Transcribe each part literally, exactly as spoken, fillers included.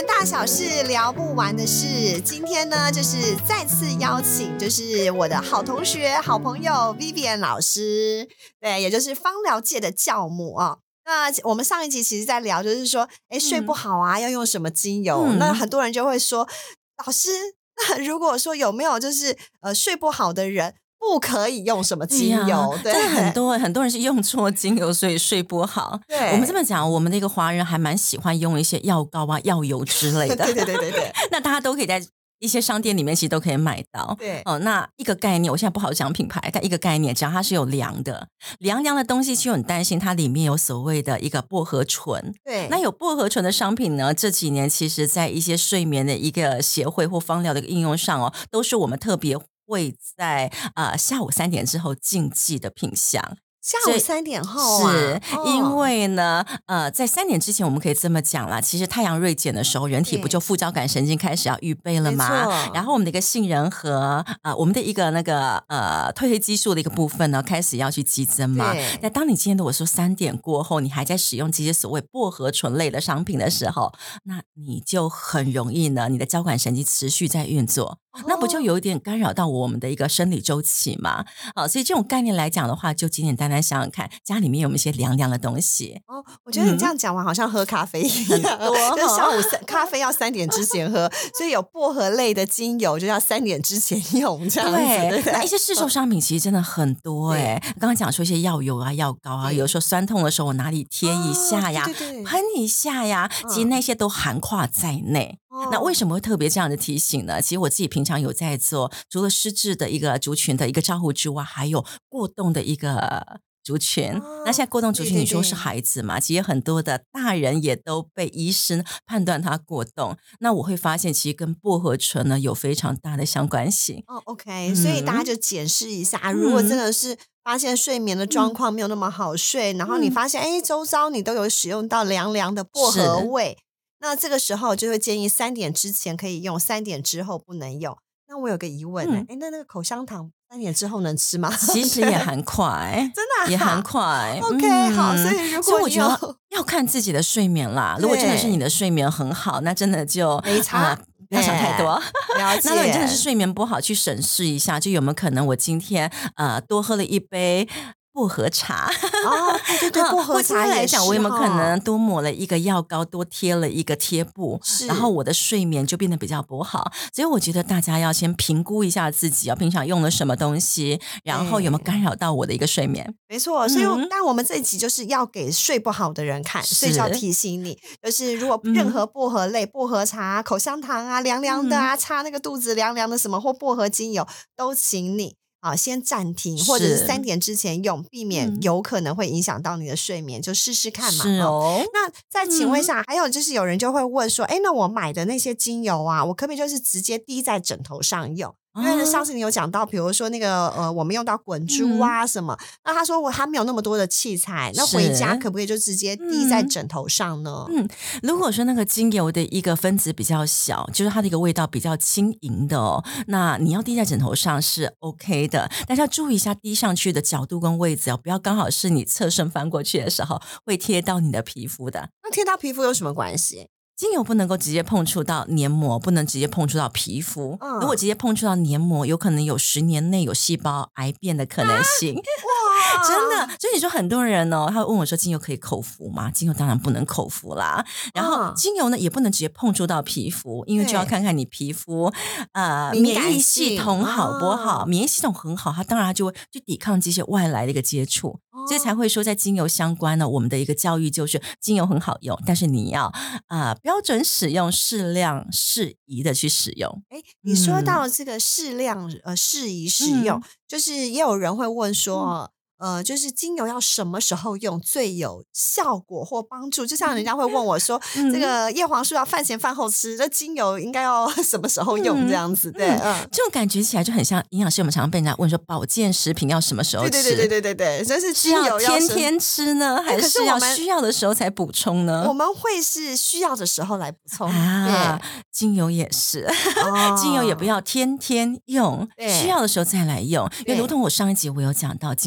人大小事聊不完的事，今天呢就是再次邀请就是我的好同学好朋友 Vivian 老师，对，也就是芳疗界的教母啊、哦。那我们上一集其实在聊就是说哎，睡不好啊、嗯、要用什么精油、嗯、那很多人就会说老师那如果说有没有就是呃睡不好的人不可以用什么精油、 对、啊、真的很多很多人是用错精油所以睡不好。 对， 我们这么讲，我们的一个华人还蛮喜欢用一些药膏啊药油之类的对对对对对那大家都可以在一些商店里面其实都可以买到。 对、 哦，那一个概念我现在不好讲品牌，但一个概念只要它是有凉的凉凉的东西，其实很担心它里面有所谓的一个薄荷醇。 对， 那有薄荷醇的商品呢，这几年其实在一些睡眠的一个协会或芳疗的一个应用上哦，都是我们特别会在呃下午三点之后禁忌的品项。 下午三点后啊， 是、哦、因为呢，呃，在三点之前我们可以这么讲啦，其实太阳锐减的时候，人体不就副交感神经开始要预备了吗？然后我们的一个杏仁核，呃，我们的一个那个呃褪黑激素的一个部分呢，开始要去激增嘛。那当你今天如果说三点过后，你还在使用这些所谓薄荷醇类的商品的时候，那你就很容易呢，你的交感神经持续在运作。哦、那不就有一点干扰到我们的一个生理周期嘛？好，所以这种概念来讲的话，就简简单单想想看，家里面有没有一些凉凉的东西。 哦，我觉得你这样讲完好像喝咖啡一样，嗯、就下午三咖啡要三点之前喝，所以有薄荷类的精油就要三点之前用，这样子。对，对对， 那一些市售商品其实真的很多哎、欸。刚刚讲说一些药油啊、药膏啊，有时候酸痛的时候我哪里贴一下呀、 哦、对对对喷一下呀，其实那些都含括在内。哦、那为什么会特别这样的提醒呢？其实我自己平常有在做，除了失智的一个族群的一个照护之外，还有过动的一个族群、哦、那现在过动族群你说是孩子嘛，对对对，其实很多的大人也都被医生判断他过动，那我会发现其实跟薄荷醇呢有非常大的相关性。 哦 OK、嗯、所以大家就检视一下、嗯、如果真的是发现睡眠的状况没有那么好睡、嗯、然后你发现哎，周遭你都有使用到凉凉的薄荷味，那这个时候就会建议三点之前可以用，三点之后不能用。那我有个疑问、欸嗯、那那个口香糖三点之后能吃吗？ 其实也含快真的、啊、 也含快 OK、嗯、好，所以如果所以我觉得要看自己的睡眠啦，如果真的是你的睡眠很好，那真的就没差、呃、 不要想太多。 了解。 那如果你真的是睡眠不好，去审视一下，就有没有可能我今天呃多喝了一杯薄荷茶哦，对对对，薄荷茶来讲，我有没有可能多抹了一个药膏，多贴了一个贴布，然后我的睡眠就变得比较不好。所以我觉得大家要先评估一下自己要平常用了什么东西，然后有没有干扰到我的一个睡眠。 没错，所以、嗯、但我们这一集就是要给睡不好的人看，所以就要提醒你，就是如果任何薄荷类、嗯、薄荷茶、口香糖啊、凉凉的啊、嗯、擦那个肚子凉凉的什么或薄荷精油，都请你好，先暂停，或者是三点之前用，避免有可能会影响到你的睡眠，嗯、就试试看嘛。 是哦。 那再请问一下、嗯，还有就是有人就会问说，哎，那我买的那些精油啊，我可不可以就是直接滴在枕头上用？因为上次你有讲到，比如说那个呃，我们用到滚珠啊什么，嗯、那他说我还没有那么多的器材，那回家可不可以就直接滴在枕头上呢？ 嗯，如果说那个精油的一个分子比较小，就是它的一个味道比较轻盈的哦，那你要滴在枕头上是 OK 的，但是要注意一下滴上去的角度跟位置哦，不要刚好是你侧身翻过去的时候会贴到你的皮肤的。 那贴到皮肤有什么关系？ 精油不能够直接碰触到黏膜，不能直接碰触到皮肤、嗯、如果直接碰触到黏膜，有可能有十年内有细胞癌变的可能性、啊、哇，真的。所以你说很多人哦，他会问我说精油可以口服吗？精油当然不能口服啦，然后精油呢也不能直接碰触到皮肤，因为就要看看你皮肤呃免疫系统好不好、哦、免疫系统很好，它当然它就会去抵抗这些外来的一个接触、哦、所以才会说在精油相关呢，我们的一个教育就是精油很好用，但是你要呃标准使用，适量适宜的去使用。 诶，你说到这个适量、嗯、呃适宜使用、嗯、就是也有人会问说、嗯呃，就是精油要什么时候用最有效果或帮助？就像人家会问我说，嗯、这个叶黄素要饭前饭后吃，这精油应该要什么时候用？这样子，对，嗯， 嗯这种感觉起来就很像营养师，我们常常被人家问说，保健食品要什么时候吃？ 对对对对对对对，就是精油要天天吃呢，还是要需要的时候才补充呢？ 我们会是需要的时候来补充啊， 对， 精油也是，哦、精油也不要天天用，需要的时候再来用，因为如同我上一集我有讲到，精油分子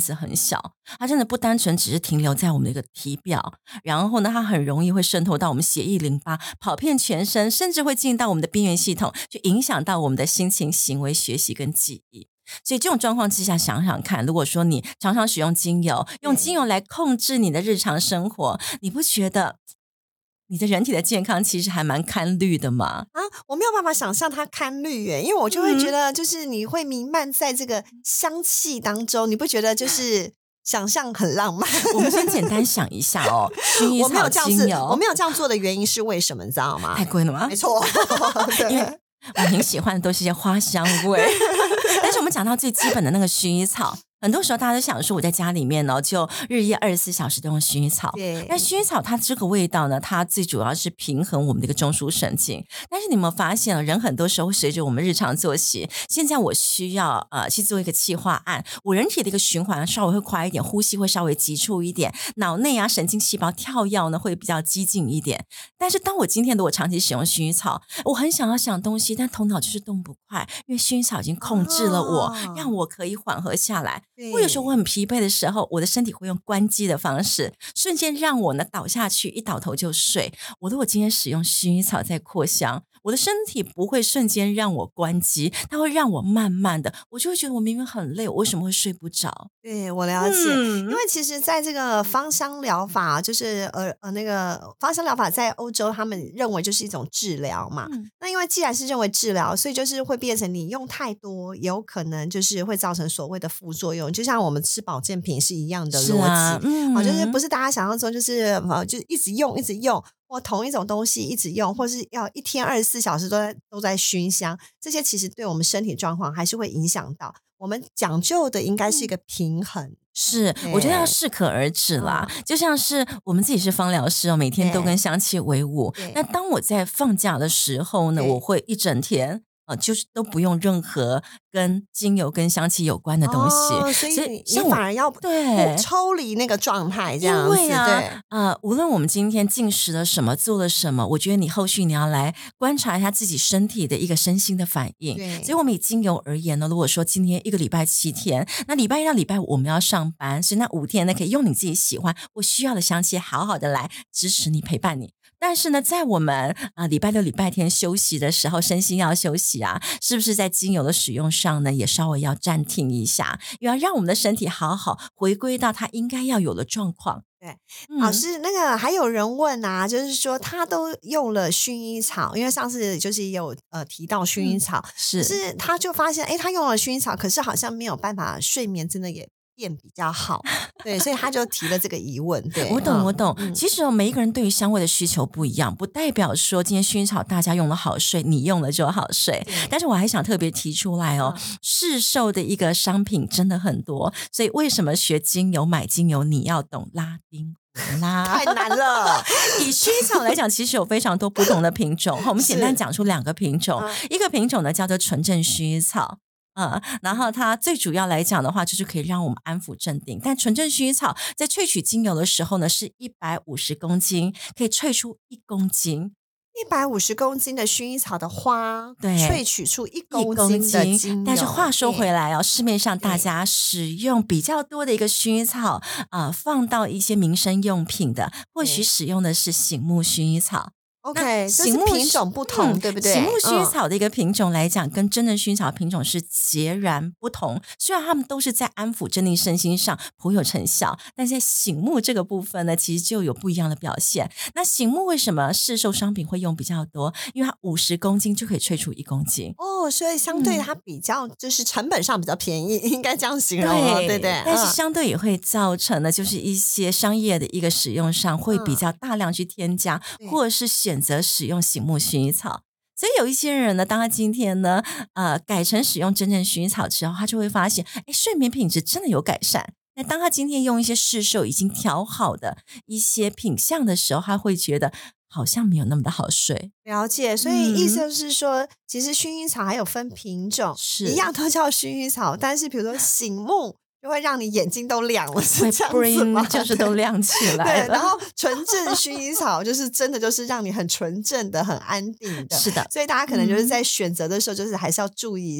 子很小，它真的不单纯只是停留在我们的一个体表，然后呢，它很容易会渗透到我们血液淋巴，跑遍全身，甚至会进到我们的边缘系统，就影响到我们的心情、行为、学习跟记忆。所以这种状况之下，想想看，如果说你常常使用精油，用精油来控制你的日常生活，你不觉得你的人体的健康其实还蛮堪虑的吗？ 啊，我没有办法想象它堪虑耶，因为我就会觉得就是你会弥漫在这个香气当中，你不觉得就是想象很浪漫？ 我们先简单想一下哦，薰衣草精油， 我没有这样做的原因是为什么？你知道吗？ 太贵了吗？ 没错， 因为我挺喜欢的都是一些花香味，但是我们讲到最基本的那个薰衣草。很多时候大家都想说我在家里面呢，就日夜二十四小时都用薰衣草。 对， 那薰衣草它这个味道呢，它最主要是平衡我们的一个中枢神经。但是你有没有发现，人很多时候随着我们日常作息，现在我需要呃去做一个企划案，我人体的一个循环稍微会快一点，呼吸会稍微急促一点，脑内啊神经细胞跳跃呢会比较激进一点。但是当我今天的我长期使用薰衣草，我很想要想东西，但头脑就是动不快，因为薰衣草已经控制了我，哦、让我可以缓和下来。我有时候我很疲惫的时候，我的身体会用关机的方式，瞬间让我呢倒下去，一倒头就睡。我如果今天使用薰衣草在扩香，我的身体不会瞬间让我关机，它会让我慢慢的，我就会觉得我明明很累，我为什么会睡不着？ 对，我了解、嗯、因为其实在这个芳香疗法，就是呃呃那个芳香疗法在欧洲他们认为就是一种治疗嘛、嗯、那因为既然是认为治疗，所以就是会变成你用太多有可能就是会造成所谓的副作用，就像我们吃保健品是一样的逻辑、啊嗯哦、就是不是大家想象中就是呃就一直用一直用，或同一种东西一直用，或是要一天二十四小时都在都在熏香，这些其实对我们身体状况还是会影响到。我们讲究的应该是一个平衡、嗯、 是我觉得要适可而止啦、嗯、就像是我们自己是芳疗师哦，每天都跟香气为伍。那当我在放假的时候呢，我会一整天呃，就是都不用任何跟精油跟香气有关的东西、 哦、所以你你反而要对抽离那个状态这样子。 因为啊，对呃，无论我们今天进食了什么做了什么，我觉得你后续你要来观察一下自己身体的一个身心的反应。所以我们以精油而言呢，如果说今天一个礼拜七天，那礼拜一到礼拜五我们要上班，所以那五天呢可以用你自己喜欢或需要的香气好好的来支持你陪伴你。但是呢，在我们啊礼拜六礼拜天休息的时候，身心要休息啊，是不是在精油的使用上呢也稍微要暂停一下，也要让我们的身体好好回归到它应该要有的状况。 对、嗯，老师，那个还有人问啊，就是说他都用了薰衣草，因为上次就是也有呃提到薰衣草，嗯、是，可是他就发现，哎，他用了薰衣草，可是好像没有办法睡眠，真的也变比较好，对，所以他就提了这个疑问。对， 我懂，我懂。嗯、其实、哦、每一个人对于香味的需求不一样，不代表说今天薰衣草大家用了好睡，你用了就好睡。但是我还想特别提出来哦，嗯、市售的一个商品真的很多，所以为什么学精油买精油，你要懂拉丁啦， 太难了。 以薰衣草来讲，其实有非常多不同的品种。我们简单讲出两个品种，一个品种呢叫做纯正薰衣草。嗯，然后它最主要来讲的话，就是可以让我们安抚镇定。但纯正薰衣草在萃取精油的时候呢，是一百五十公斤，可以萃出一公斤。 一百五十公斤的薰衣草的花，对，萃取出一公斤的精油。 但是话说回来哦，市面上大家使用比较多的一个薰衣草啊、呃，放到一些民生用品的，或许使用的是醒目薰衣草。 OK， 醒目品种不同、嗯、对不对？ 醒目薰衣草的一个品种来讲、嗯、跟真正薰衣草品种是截然不同，虽然它们都是在安抚镇定身心上颇有成效，但在醒目这个部分呢，其实就有不一样的表现。那醒目为什么市售商品会用比较多？因为它五十公斤就可以萃出一公斤哦，所以相对它比较、嗯、就是成本上比较便宜，应该这样形容哦， 对, 对对。 但是相对也会造成的就是一些商业的一个使用上会比较大量去添加、嗯、或者是选择使用醒目薰衣草。所以有一些人呢，当他今天呢呃改成使用真正薰衣草之后，他就会发现哎，睡眠品质真的有改善。那当他今天用一些市售已经调好的一些品项的时候，他会觉得好像没有那么的好睡。 了解，所以意思就是说、嗯、其实薰衣草还有分品种，是一样都叫薰衣草，但是比如说醒目就会让你眼睛都亮了，是这样子吗？ 就是都亮起来了。 对，然后纯正薰衣草就是真的就是让你很纯正的、很安定的。 是的， 所以大家可能就是在选择的时候，就是还是要注意一下、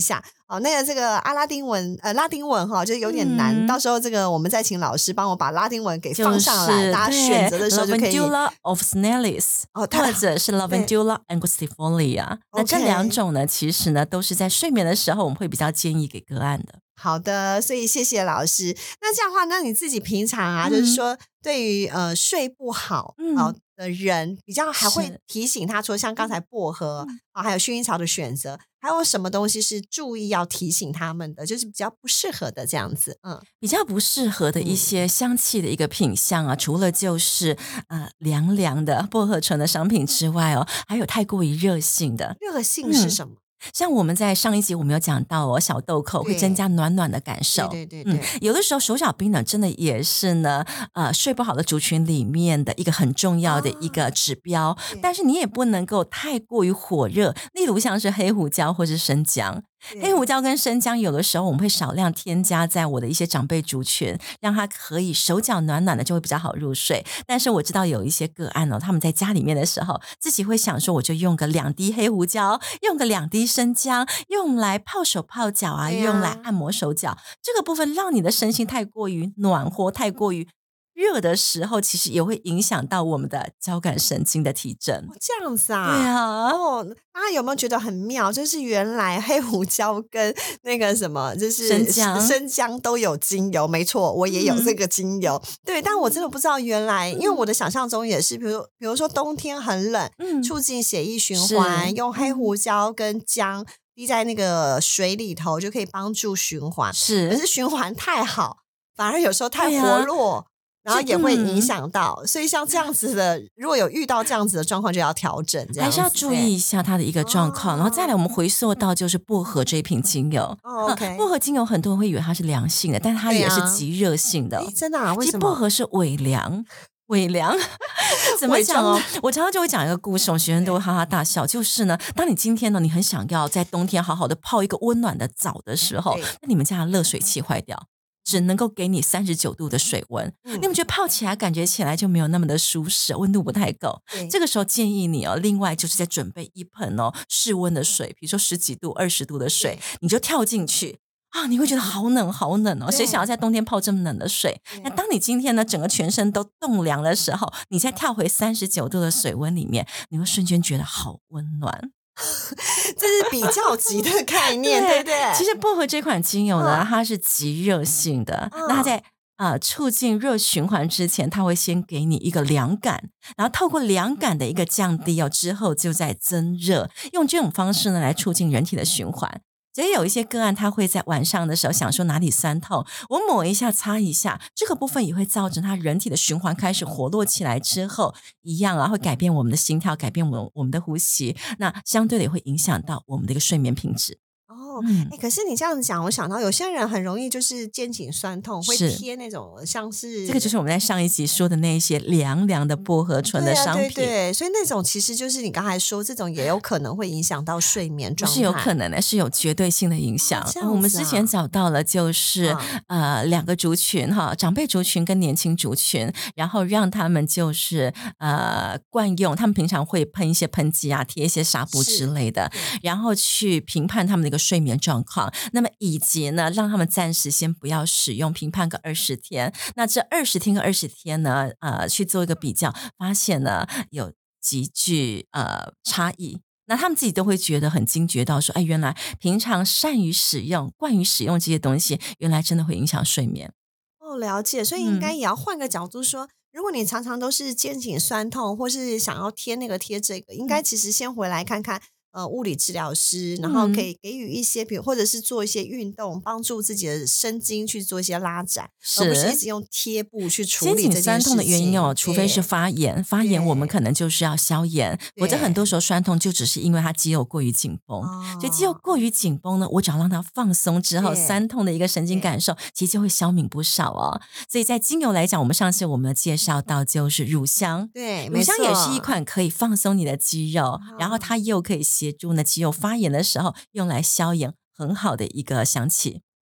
好，那个这个阿拉丁文呃拉丁文哈，就有点难、嗯，到时候这个我们再请老师帮我把拉丁文给放上来，就是、大家选择的时候就可以。 Lavandula of Snellis，、哦、或者是 Lavandula angustifolia。那这两种呢，其实呢都是在睡眠的时候我们会比较建议给个案的。 好的，所以谢谢老师。那这样的话，那你自己平常啊，嗯、就是说对于呃睡不好啊、嗯、的人，比较还会提醒他说，像刚才薄荷、嗯、啊，还有薰衣草的选择，还有什么东西是注意要提醒他们的，就是比较不适合的这样子。嗯， 比较不适合的一些香气的一个品相啊，嗯、除了就是呃凉凉的薄荷醇的商品之外哦，还有太过于热性的。 热性是什么？嗯， 像我们在上一集我们有讲到哦，小豆蔻会增加暖暖的感受。 对对对对、 嗯，有的时候手脚冰冷真的也是呢，呃，睡不好的族群里面的一个很重要的一个指标。啊、但是你也不能够太过于火热，例如像是黑胡椒或是生姜。黑胡椒跟生姜有的时候我们会少量添加在我的一些长辈族群，让它可以手脚暖暖的，就会比较好入睡。但是我知道有一些个案哦，他们在家里面的时候自己会想说，我就用个两滴黑胡椒，用个两滴生姜，用来泡手泡脚啊，用来按摩手脚，这个部分让你的身心太过于暖和，太过于热的时候，其实也会影响到我们的交感神经的提振。 哦、这样子啊？ 对啊。 哦，大家有没有觉得很妙？就是原来黑胡椒跟那个什么，就是生姜， 生姜都有精油。没错，我也有这个精油。嗯、对，但我真的不知道原来，因为我的想象中也是，比如比如说冬天很冷，嗯、促进血液循环，用黑胡椒跟姜滴在那个水里头，就可以帮助循环。 是， 可是循环太好，反而有时候太活络。然后也会影响到、嗯、所以像这样子的，如果有遇到这样子的状况就要调整，这样还是要注意一下它的一个状况、哦、然后再来我们回溯到就是薄荷这一瓶精油、 哦 okay 嗯、薄荷精油很多人会以为它是凉性的，但它也是极热性的、 啊、真的啊？为什么？ 其实薄荷是微凉，微凉怎么讲哦？我常常就会讲一个故事，我学生都会哈哈大笑，就是呢，当你今天呢，你很想要在冬天好好的泡一个温暖的澡的时候，那你们家的热水器坏掉，只能够给你三十九度的水温、嗯、你们觉得泡起来感觉起来就没有那么的舒适，温度不太够，这个时候建议你哦，另外就是再准备一盆哦室温的水，比如说十几度二十度的水，你就跳进去啊，你会觉得好冷好冷哦，谁想要在冬天泡这么冷的水？那当你今天呢整个全身都冻凉的时候，你再跳回三十九度的水温里面，你会瞬间觉得好温暖。 这是比较级的概念对不对？ 其实薄荷这款精油呢、嗯、它是极热性的、嗯、那它在呃促进热循环之前，它会先给你一个凉感，然后透过凉感的一个降低哦，之后就在增热，用这种方式呢来促进人体的循环。所以有一些个案他会在晚上的时候想说哪里酸痛，我抹一下擦一下，这个部分也会造成他人体的循环开始活络起来之后，一样啊会改变我们的心跳，改变我们我们的呼吸，那相对的也会影响到我们的一个睡眠品质。 哦，嗯欸、可是你这样讲，我想到有些人很容易就是肩颈酸痛，会贴那种像是这个就是我们在上一集说的那一些凉凉的薄荷醇的商品， 对啊对对，所以那种其实就是你刚才说这种也有可能会影响到睡眠状态， 是有可能的，是有绝对性的影响。 哦啊、 我们之前找到了就是、嗯、呃两个族群哈，长辈族群跟年轻族群，然后让他们就是呃惯用，他们平常会喷一些喷剂啊，贴一些纱布之类的，然后去评判他们的一个睡眠状况，那么以及呢让他们暂时先不要使用，评判个二十天，那这二十天跟二十天呢呃去做一个比较，发现呢有极具呃差异，那他们自己都会觉得很惊觉到说，哎，原来平常善于使用惯于使用这些东西，原来真的会影响睡眠。 哦，了解，所以应该也要换个角度说、嗯、如果你常常都是肩颈酸痛，或是想要贴那个贴这个，应该其实先回来看看呃，物理治疗师，然后可以给予一些，比如或者是做一些运动，帮助自己的神经去做一些拉展，而不是一直用贴布去处理这件事情。肩颈酸痛的原因哦，除非是发炎，发炎我们可能就是要消炎，否则很多时候酸痛就只是因为它肌肉过于紧绷。所以肌肉过于紧绷呢，我只要让它放松之后，酸痛的一个神经感受其实就会消弭不少哦。所以在精油来讲，我们上次我们介绍到就是乳香， 对， 乳香也是一款可以放松你的肌肉，然后它又可以协助呢肌肉发炎的时候用来消炎很好的一个香气。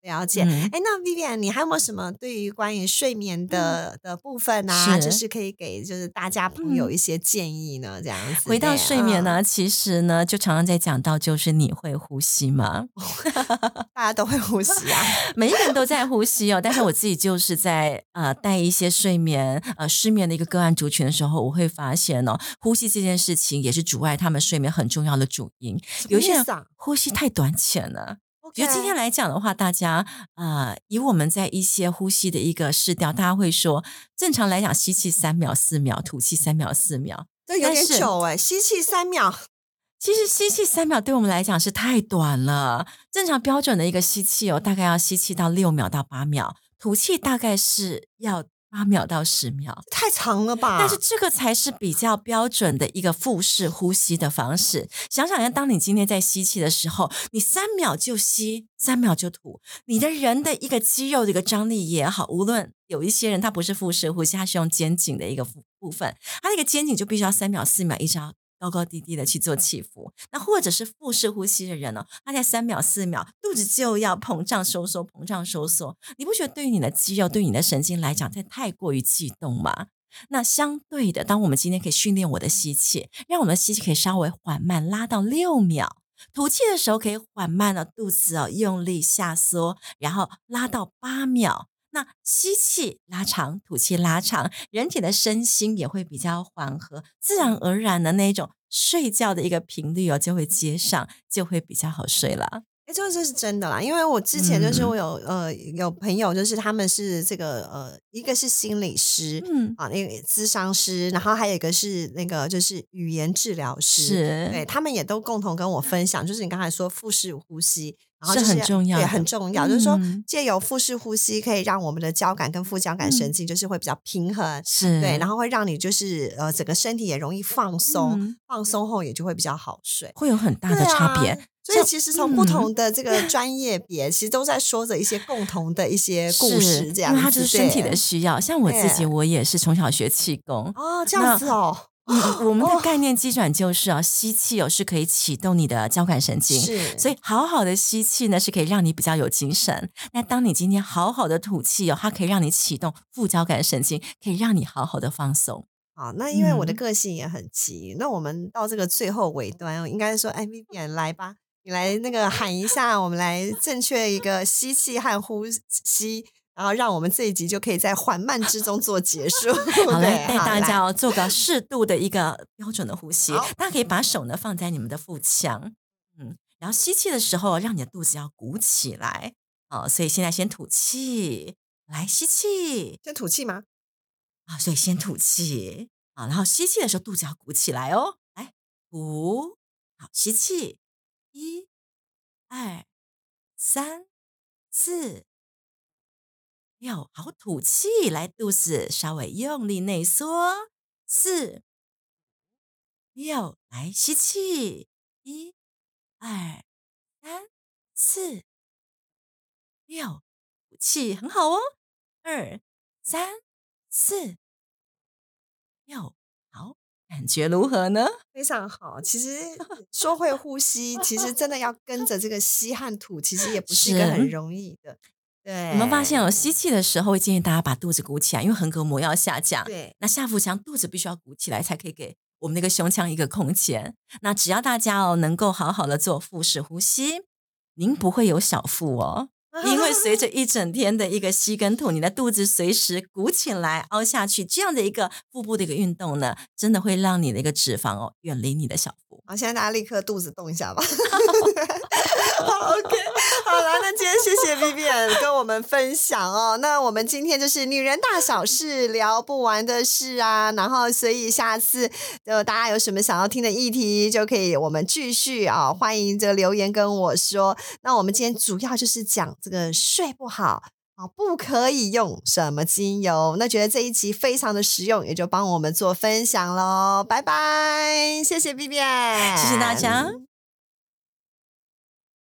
了解。哎、嗯，那 Vivian 你还有没有什么对于关于睡眠的、嗯、的部分啊，是就是可以给就是大家朋友一些建议呢？嗯、这样子。 回到睡眠呢、嗯，其实呢，就常常在讲到就是你会呼吸吗？ 大家都会呼吸啊， 每一个人都在呼吸哦。但是我自己就是在呃带一些睡眠呃失眠的一个个案族群的时候，我会发现哦，呼吸这件事情也是阻碍他们睡眠很重要的主因。有些人呼吸太短浅了。比如今天来讲的话，大家呃，以我们在一些呼吸的一个试调，大家会说，正常来讲吸气三秒四秒，吐气三秒四秒， 这有点久哎、欸，吸气三秒。 其实吸气三秒对我们来讲是太短了，正常标准的一个吸气哦，大概要吸气到六秒到八秒，吐气大概是要八秒到十秒， 太长了吧？ 但是这个才是比较标准的一个腹式呼吸的方式。想想看，当你今天在吸气的时候，你三秒就吸，三秒就吐，你的人的一个肌肉的一个张力也好，无论有一些人他不是腹式呼吸，他是用肩颈的一个部分，他那个肩颈就必须要三秒四秒一直要高高低低的去做起伏。那或者是腹式呼吸的人呢、哦，他在三秒四秒肚子就要膨胀收缩膨胀收缩，你不觉得对于你的肌肉对于你的神经来讲这太过于激动吗？那相对的，当我们今天可以训练我的吸气，让我们的吸气可以稍微缓慢拉到六秒，吐气的时候可以缓慢的肚子哦用力下缩，然后拉到八秒。那吸气拉长，吐气拉长，人体的身心也会比较缓和，自然而然的那种睡觉的一个频率哦就会接上，就会比较好睡了。 哎，这这是真的啦，因为我之前就是我有、嗯、呃有朋友，就是他们是这个呃一个是心理师，嗯啊，那个咨商师，然后还有一个是那个就是语言治疗师， 是， 对，他们也都共同跟我分享，就是你刚才说腹式呼吸。然后就是是很重要的， 对，很重要、嗯、就是说借由腹式呼吸可以让我们的交感跟副交感神经就是会比较平衡、嗯、 是对，然后会让你就是呃整个身体也容易放松、嗯、放松后也就会比较好睡， 会有很大的差别、啊、 所以其实从不同的这个专业别、嗯、其实都在说着一些共同的一些故事这样子， 因为它就是身体的需要。像我自己我也是从小学气功哦，这样子哦。 嗯、我们的概念基转就是啊，吸气哦是可以启动你的交感神经， 是， 所以好好的吸气呢是可以让你比较有精神。那当你今天好好的吐气哦，它可以让你启动副交感神经，可以让你好好的放松。 好，那因为我的个性也很急、嗯、那我们到这个最后尾端应该说，哎 Vivian 来吧，你来那个喊一下，我们来正确一个吸气和呼吸，然后让我们这一集就可以在缓慢之中做结束。 好嘞，带大家哦做个适度的一个标准的呼吸。大家可以把手呢放在你们的腹腔，嗯，然后吸气的时候让你的肚子要鼓起来。哦，所以现在先吐气，来吸气， 先吐气吗？ 啊，所以先吐气啊，然后吸气的时候肚子要鼓起来哦。来，吐，好，吸气，一、二、三、四。六，好，吐气，来肚子稍微用力内缩，四、六，来吸气，一、二、三、四、六，吐气，很好哦，二、三、四、六，好，感觉如何呢？ 非常好。其实说会呼吸，其实真的要跟着这个吸和吐，其实也不是一个很容易的。对， 我们发现哦，吸气的时候会建议大家把肚子鼓起来，因为横膈膜要下降。 对， 那下腹腔肚子必须要鼓起来，才可以给我们那个胸腔一个空间。那只要大家哦能够好好的做腹式呼吸，您不会有小腹哦，因为随着一整天的一个吸跟吐，你的肚子随时鼓起来、凹下去，这样的一个腹部的一个运动呢，真的会让你的一个脂肪哦远离你的小腹。 好，现在大家立刻肚子动一下吧。好 ，OK， 好了，那今天谢谢 Vivian 跟我们分享哦。那我们今天就是女人大小事，聊不完的事啊。然后，所以下次就大家有什么想要听的议题，就可以我们继续啊、哦，欢迎这个留言跟我说。那我们今天主要就是讲这个睡不好。好，不可以用什么精油？那觉得这一集非常的实用，也就帮我们做分享咯。拜拜，谢谢 Vivian， 谢谢大家。